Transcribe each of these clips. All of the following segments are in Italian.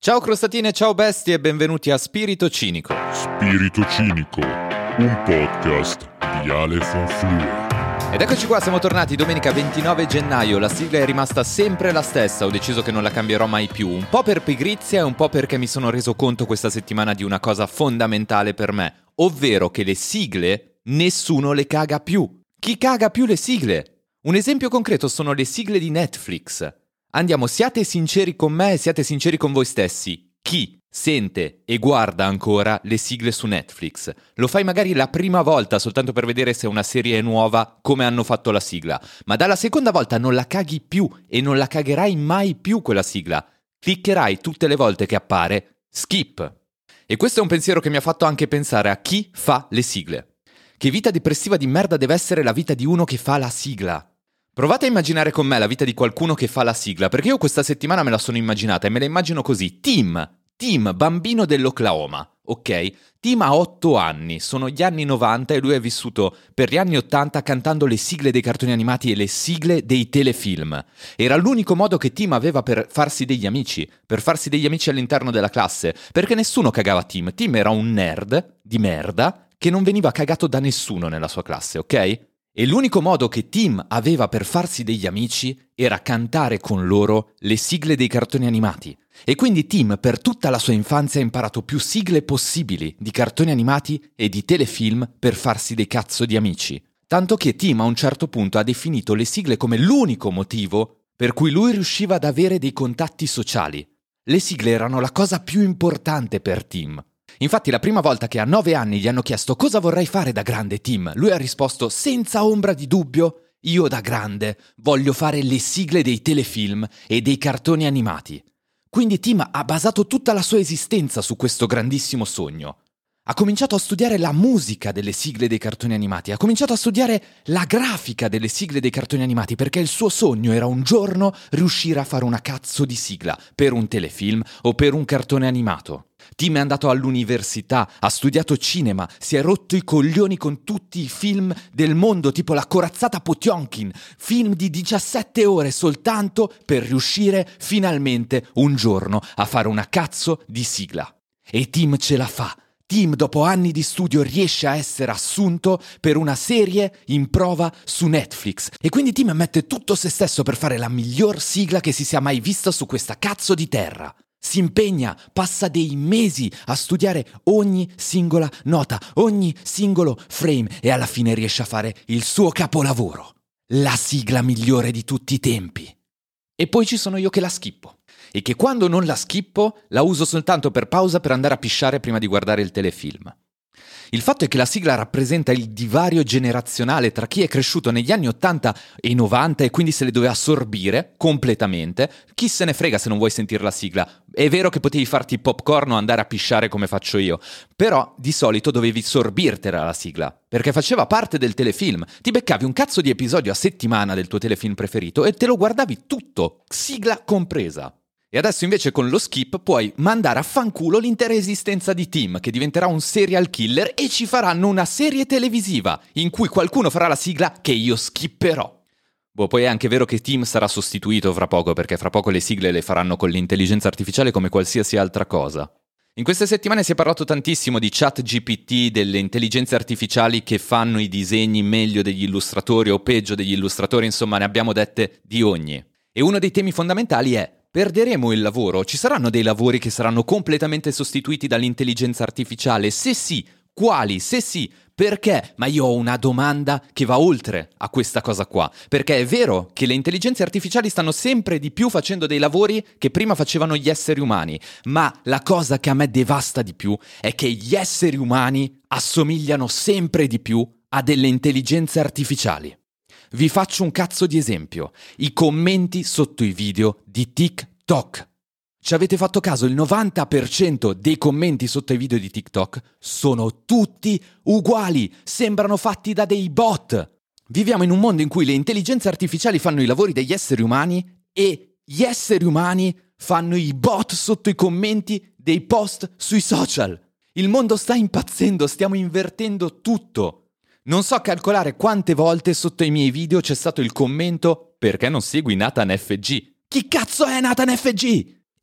Ciao crostatine, ciao bestie e benvenuti a Spirito Cinico. Spirito Cinico, un podcast di Ale Fanflue. Ed eccoci qua, siamo tornati domenica 29 gennaio, la sigla è rimasta sempre la stessa, ho deciso che non la cambierò mai più, un po' per pigrizia e un po' perché mi sono reso conto questa settimana di una cosa fondamentale per me, ovvero che le sigle nessuno le caga più. Chi caga più le sigle? Un esempio concreto sono le sigle di Netflix. Andiamo, siate sinceri con me e siate sinceri con voi stessi. Chi sente e guarda ancora le sigle su Netflix? Lo fai magari la prima volta soltanto per vedere se una serie è nuova, come hanno fatto la sigla. Ma dalla seconda volta non la caghi più e non la cagherai mai più quella sigla. Cliccherai tutte le volte che appare skip. E questo è un pensiero che mi ha fatto anche pensare a chi fa le sigle. Che vita depressiva di merda deve essere la vita di uno che fa la sigla. Provate a immaginare con me la vita di qualcuno che fa la sigla, perché io questa settimana me la sono immaginata e me la immagino così. Tim, bambino dell'Oklahoma, ok? Tim ha 8 anni, sono gli anni 90 e lui è vissuto per gli anni 80 cantando le sigle dei cartoni animati e le sigle dei telefilm. Era l'unico modo che Tim aveva per farsi degli amici all'interno della classe, perché nessuno cagava Tim. Tim era un nerd di merda che non veniva cagato da nessuno nella sua classe, ok? E l'unico modo che Tim aveva per farsi degli amici era cantare con loro le sigle dei cartoni animati. E quindi Tim per tutta la sua infanzia ha imparato più sigle possibili di cartoni animati e di telefilm per farsi dei cazzo di amici. Tanto che Tim a un certo punto ha definito le sigle come l'unico motivo per cui lui riusciva ad avere dei contatti sociali. Le sigle erano la cosa più importante per Tim. Infatti la prima volta che a 9 anni gli hanno chiesto cosa vorrai fare da grande Tim, lui ha risposto senza ombra di dubbio, io da grande voglio fare le sigle dei telefilm e dei cartoni animati. Quindi Tim ha basato tutta la sua esistenza su questo grandissimo sogno. Ha cominciato a studiare la musica delle sigle dei cartoni animati, ha cominciato a studiare la grafica delle sigle dei cartoni animati perché il suo sogno era un giorno riuscire a fare una cazzo di sigla per un telefilm o per un cartone animato. Tim è andato all'università, ha studiato cinema, si è rotto i coglioni con tutti i film del mondo tipo La corazzata Potjomkin, film di 17 ore soltanto per riuscire finalmente un giorno a fare una cazzo di sigla. E Tim ce la fa. Tim, dopo anni di studio, riesce a essere assunto per una serie in prova su Netflix. E quindi Tim mette tutto se stesso per fare la miglior sigla che si sia mai vista su questa cazzo di terra. Si impegna, passa dei mesi a studiare ogni singola nota, ogni singolo frame e alla fine riesce a fare il suo capolavoro. La sigla migliore di tutti i tempi. E poi ci sono io che la schippo. E che quando non la schippo la uso soltanto per pausa per andare a pisciare prima di guardare il telefilm. Il fatto è che la sigla rappresenta il divario generazionale tra chi è cresciuto negli anni 80 e 90 e quindi se le doveva assorbire completamente. Chi se ne frega se non vuoi sentire la sigla. È vero che potevi farti popcorn o andare a pisciare come faccio io, però di solito dovevi sorbirtela la sigla, perché faceva parte del telefilm. Ti beccavi un cazzo di episodio a settimana del tuo telefilm preferito e te lo guardavi tutto, sigla compresa. E adesso invece con lo skip puoi mandare a fanculo l'intera esistenza di Tim, che diventerà un serial killer e ci faranno una serie televisiva in cui qualcuno farà la sigla che io skipperò. Poi è anche vero che Tim sarà sostituito fra poco, perché fra poco le sigle le faranno con l'intelligenza artificiale come qualsiasi altra cosa. In queste settimane si è parlato tantissimo di ChatGPT, delle intelligenze artificiali che fanno i disegni meglio degli illustratori o peggio degli illustratori, insomma ne abbiamo dette di ogni. E uno dei temi fondamentali è: perderemo il lavoro? Ci saranno dei lavori che saranno completamente sostituiti dall'intelligenza artificiale? Se sì, quali? Se sì, perché? Ma io ho una domanda che va oltre a questa cosa qua. Perché è vero che le intelligenze artificiali stanno sempre di più facendo dei lavori che prima facevano gli esseri umani, ma la cosa che a me devasta di più è che gli esseri umani assomigliano sempre di più a delle intelligenze artificiali. Vi faccio un cazzo di esempio. I commenti sotto i video di TikTok. Ci avete fatto caso? Il 90% dei commenti sotto i video di TikTok sono tutti uguali. Sembrano fatti da dei bot. Viviamo in un mondo in cui le intelligenze artificiali fanno i lavori degli esseri umani e gli esseri umani fanno i bot sotto i commenti dei post sui social. Il mondo sta impazzendo, stiamo invertendo tutto. Non so calcolare quante volte sotto i miei video c'è stato il commento: perché non segui Nathan FG? Chi cazzo è Nathan FG?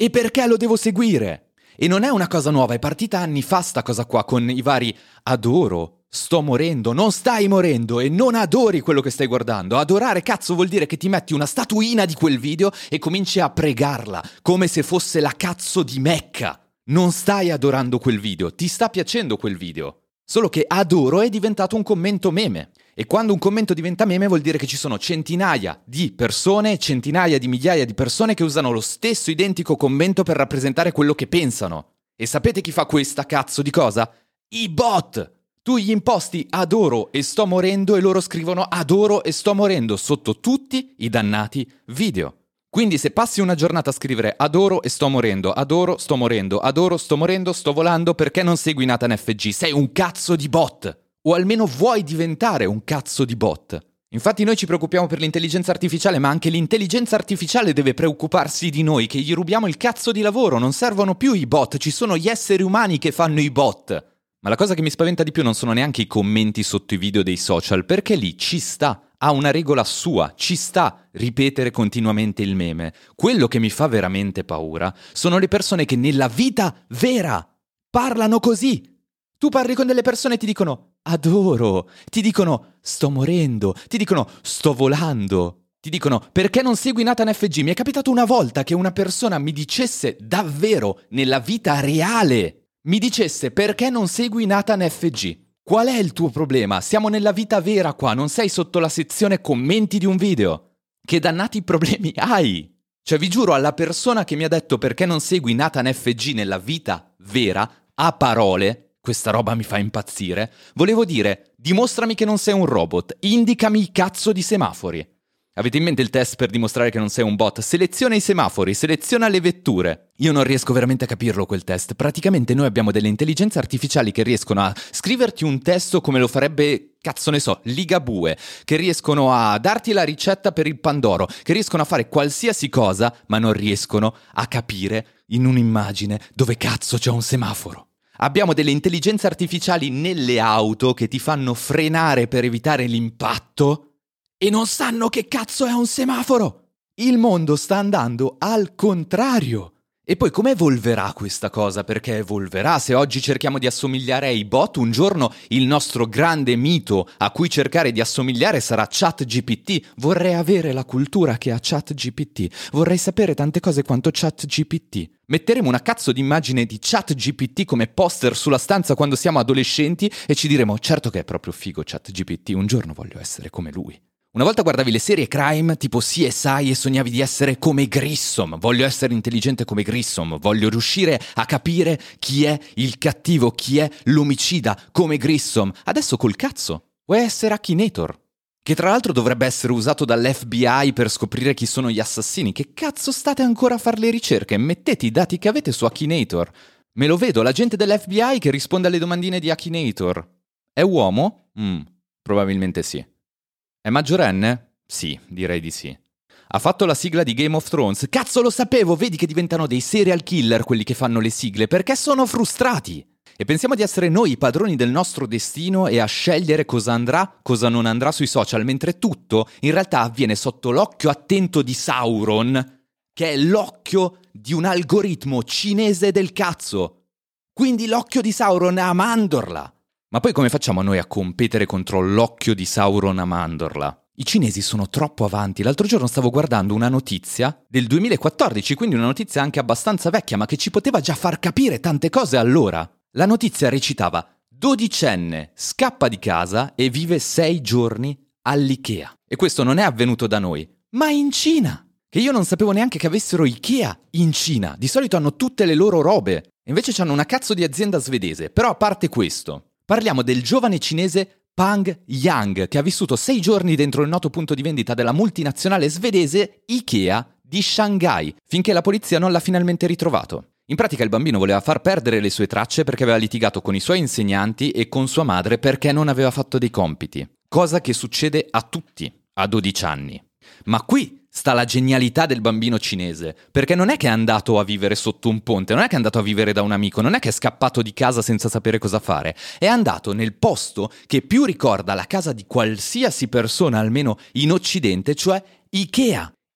E perché lo devo seguire? E non è una cosa nuova, è partita anni fa sta cosa qua con i vari adoro, sto morendo, non stai morendo e non adori quello che stai guardando. Adorare cazzo vuol dire che ti metti una statuina di quel video e cominci a pregarla come se fosse la cazzo di Mecca. Non stai adorando quel video, ti sta piacendo quel video. Solo che adoro è diventato un commento meme. E quando un commento diventa meme vuol dire che ci sono centinaia di persone, centinaia di migliaia di persone che usano lo stesso identico commento per rappresentare quello che pensano. E sapete chi fa questa cazzo di cosa? I bot! Tu gli imposti adoro e sto morendo e loro scrivono adoro e sto morendo sotto tutti i dannati video. Quindi se passi una giornata a scrivere adoro e sto morendo, adoro, sto morendo, adoro, sto morendo, sto volando, perché non segui Nathan FG? Sei un cazzo di bot! O almeno vuoi diventare un cazzo di bot. Infatti noi ci preoccupiamo per l'intelligenza artificiale, ma anche l'intelligenza artificiale deve preoccuparsi di noi, che gli rubiamo il cazzo di lavoro, non servono più i bot, ci sono gli esseri umani che fanno i bot. Ma la cosa che mi spaventa di più non sono neanche i commenti sotto i video dei social, perché lì ci sta, ha una regola sua, ci sta ripetere continuamente il meme. Quello che mi fa veramente paura sono le persone che nella vita vera parlano così. Tu parli con delle persone e ti dicono adoro, ti dicono sto morendo, ti dicono sto volando, ti dicono perché non segui Nathan FG? Mi è capitato una volta che una persona mi dicesse davvero nella vita reale, mi dicesse perché non segui Nathan FG? Qual è il tuo problema? Siamo nella vita vera qua, non sei sotto la sezione commenti di un video. Che dannati problemi hai? Cioè vi giuro, alla persona che mi ha detto perché non segui Nathan FG nella vita vera, a parole, questa roba mi fa impazzire, volevo dire, dimostrami che non sei un robot, indicami i cazzo di semafori. Avete in mente il test per dimostrare che non sei un bot? Seleziona i semafori, seleziona le vetture. Io non riesco veramente a capirlo quel test. Praticamente noi abbiamo delle intelligenze artificiali che riescono a scriverti un testo come lo farebbe, cazzo ne so, Ligabue, che riescono a darti la ricetta per il Pandoro, che riescono a fare qualsiasi cosa, ma non riescono a capire in un'immagine dove cazzo c'è un semaforo. Abbiamo delle intelligenze artificiali nelle auto che ti fanno frenare per evitare l'impatto e non sanno che cazzo è un semaforo. Il mondo sta andando al contrario. E poi come evolverà questa cosa? Perché evolverà? Se oggi cerchiamo di assomigliare ai bot, un giorno il nostro grande mito a cui cercare di assomigliare sarà ChatGPT. Vorrei avere la cultura che ha ChatGPT. Vorrei sapere tante cose quanto ChatGPT. Metteremo una cazzo di immagine di ChatGPT come poster sulla stanza quando siamo adolescenti e ci diremo certo che è proprio figo ChatGPT, un giorno voglio essere come lui. Una volta guardavi le serie crime tipo CSI e sognavi di essere come Grissom. Voglio essere intelligente come Grissom. Voglio riuscire a capire chi è il cattivo, chi è l'omicida come Grissom. Adesso col cazzo vuoi essere Akinator, che tra l'altro dovrebbe essere usato dall'FBI per scoprire chi sono gli assassini. Che cazzo state ancora a fare le ricerche? Mettete i dati che avete su Akinator. Me lo vedo, l'agente dell'FBI che risponde alle domandine di Akinator. È uomo? Probabilmente sì. È maggiorenne? Sì, direi di sì. Ha fatto la sigla di Game of Thrones. Cazzo, lo sapevo! Vedi che diventano dei serial killer quelli che fanno le sigle, perché sono frustrati. E pensiamo di essere noi i padroni del nostro destino e a scegliere cosa andrà, cosa non andrà sui social, mentre tutto in realtà avviene sotto l'occhio attento di Sauron, che è l'occhio di un algoritmo cinese del cazzo. Quindi l'occhio di Sauron è a mandorla. Ma poi come facciamo noi a competere contro l'occhio di Sauron a mandorla? I cinesi sono troppo avanti. L'altro giorno stavo guardando una notizia del 2014, quindi una notizia anche abbastanza vecchia, ma che ci poteva già far capire tante cose allora. La notizia recitava: 12enne scappa di casa e vive 6 giorni all'Ikea. E questo non è avvenuto da noi, ma in Cina. Che io non sapevo neanche che avessero Ikea in Cina. Di solito hanno tutte le loro robe. Invece hanno una cazzo di azienda svedese. Però a parte questo, parliamo del giovane cinese Pang Yang, che ha vissuto 6 giorni dentro il noto punto di vendita della multinazionale svedese Ikea di Shanghai, finché la polizia non l'ha finalmente ritrovato. In pratica il bambino voleva far perdere le sue tracce perché aveva litigato con i suoi insegnanti e con sua madre perché non aveva fatto dei compiti. Cosa che succede a tutti a 12 anni. Ma qui sta la genialità del bambino cinese, perché non è che è andato a vivere sotto un ponte, non è che è andato a vivere da un amico, non è che è scappato di casa senza sapere cosa fare, è andato nel posto che più ricorda la casa di qualsiasi persona, almeno in Occidente, cioè Ikea.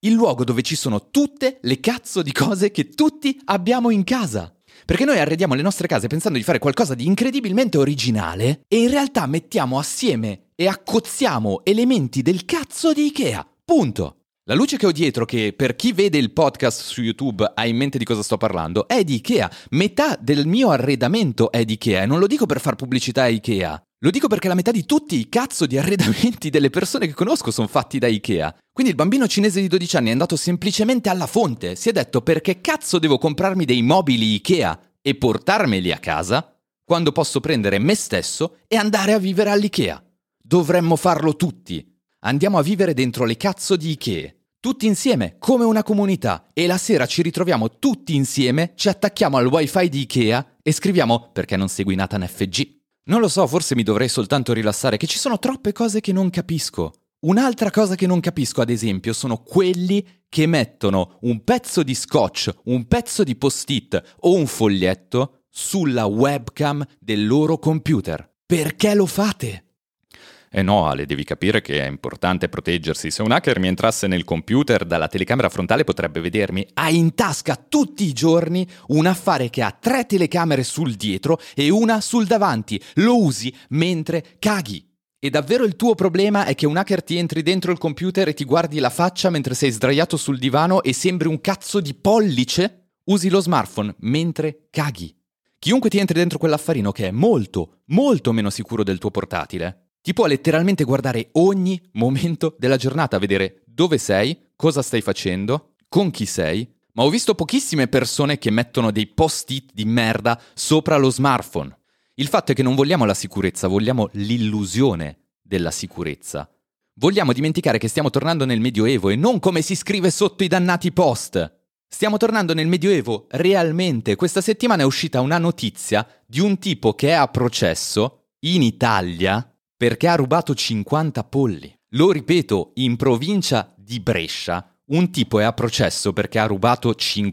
il luogo dove ci sono tutte le cazzo di cose che tutti abbiamo in casa. Perché noi arrediamo le nostre case pensando di fare qualcosa di incredibilmente originale e in realtà mettiamo assieme e accozziamo elementi del cazzo di Ikea. Punto. La luce che ho dietro, che per chi vede il podcast su YouTube ha in mente di cosa sto parlando, è di Ikea. Metà del mio arredamento è di Ikea e non lo dico per far pubblicità a Ikea. Lo dico perché la metà di tutti i cazzo di arredamenti delle persone che conosco sono fatti da Ikea. Quindi il bambino cinese di 12 anni è andato semplicemente alla fonte. Si è detto: perché cazzo devo comprarmi dei mobili Ikea e portarmeli a casa quando posso prendere me stesso e andare a vivere all'Ikea? Dovremmo farlo tutti. Andiamo a vivere dentro le cazzo di Ikea. Tutti insieme, come una comunità, e la sera ci ritroviamo tutti insieme, ci attacchiamo al wifi di Ikea e scriviamo: perché non segui Nathan FG? Non lo so, forse mi dovrei soltanto rilassare, che ci sono troppe cose che non capisco. Un'altra cosa che non capisco, ad esempio, sono quelli che mettono un pezzo di scotch, un pezzo di post-it o un foglietto sulla webcam del loro computer. Perché lo fate? No, Ale, devi capire che è importante proteggersi. Se un hacker mi entrasse nel computer dalla telecamera frontale potrebbe vedermi. Hai in tasca tutti i giorni un affare che ha 3 telecamere sul dietro e una sul davanti. Lo usi mentre caghi. E davvero il tuo problema è che un hacker ti entri dentro il computer e ti guardi la faccia mentre sei sdraiato sul divano e sembri un cazzo di pollice? Usi lo smartphone mentre caghi. Chiunque ti entri dentro quell'affarino, che è molto, molto meno sicuro del tuo portatile, ti può letteralmente guardare ogni momento della giornata, vedere dove sei, cosa stai facendo, con chi sei. Ma ho visto pochissime persone che mettono dei post-it di merda sopra lo smartphone. Il fatto è che non vogliamo la sicurezza, vogliamo l'illusione della sicurezza. Vogliamo dimenticare che stiamo tornando nel Medioevo e non come si scrive sotto i dannati post. Stiamo tornando nel Medioevo realmente. Questa settimana è uscita una notizia di un tipo che è a processo in Italia perché ha rubato 50 polli. Lo ripeto, in provincia di Brescia, un tipo è a processo perché ha rubato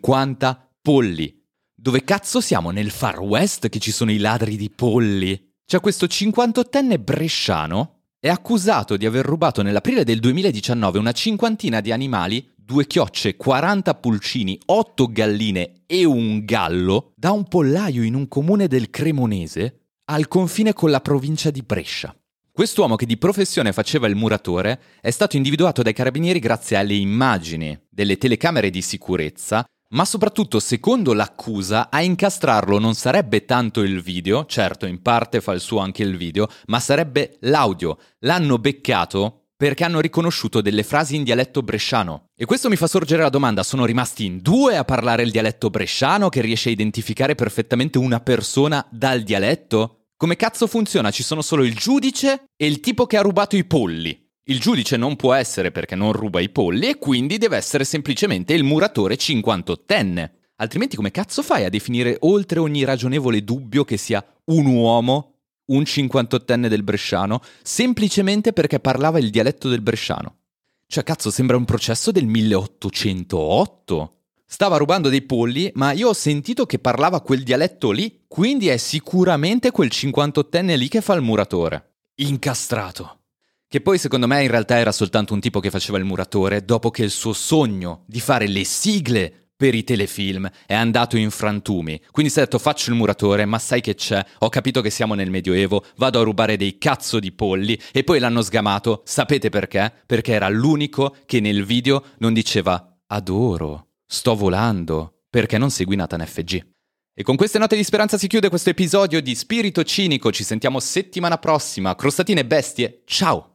50 polli. Dove cazzo siamo? Nel Far West che ci sono i ladri di polli? Cioè, questo 58enne bresciano è accusato di aver rubato nell'aprile del 2019 una cinquantina di animali, 2 chiocce, 40 pulcini, 8 galline e un gallo da un pollaio in un comune del Cremonese al confine con la provincia di Brescia. Quest'uomo, che di professione faceva il muratore, è stato individuato dai carabinieri grazie alle immagini delle telecamere di sicurezza, ma soprattutto, secondo l'accusa, a incastrarlo non sarebbe tanto il video, certo in parte fa il suo anche il video, ma sarebbe l'audio. L'hanno beccato perché hanno riconosciuto delle frasi in dialetto bresciano. E questo mi fa sorgere la domanda: sono rimasti in 2 a parlare il dialetto bresciano che riesce a identificare perfettamente una persona dal dialetto? Come cazzo funziona? Ci sono solo il giudice e il tipo che ha rubato i polli. Il giudice non può essere perché non ruba i polli e quindi deve essere semplicemente il muratore 58enne. Altrimenti come cazzo fai a definire oltre ogni ragionevole dubbio che sia un uomo, un 58enne del bresciano, semplicemente perché parlava il dialetto del bresciano? Cioè, cazzo, sembra un processo del 1808. Stava rubando dei polli, ma io ho sentito che parlava quel dialetto lì, quindi è sicuramente quel 58enne lì che fa il muratore. Incastrato. Che poi secondo me in realtà era soltanto un tipo che faceva il muratore dopo che il suo sogno di fare le sigle per i telefilm è andato in frantumi. Quindi si è detto: faccio il muratore, ma sai che c'è? Ho capito che siamo nel Medioevo, vado a rubare dei cazzo di polli, e poi l'hanno sgamato. Sapete perché? Perché era l'unico che nel video non diceva adoro, sto volando, perché non segui Nathan FG. E con queste note di speranza si chiude questo episodio di Spirito Cinico. Ci sentiamo settimana prossima. Crostatine bestie, ciao!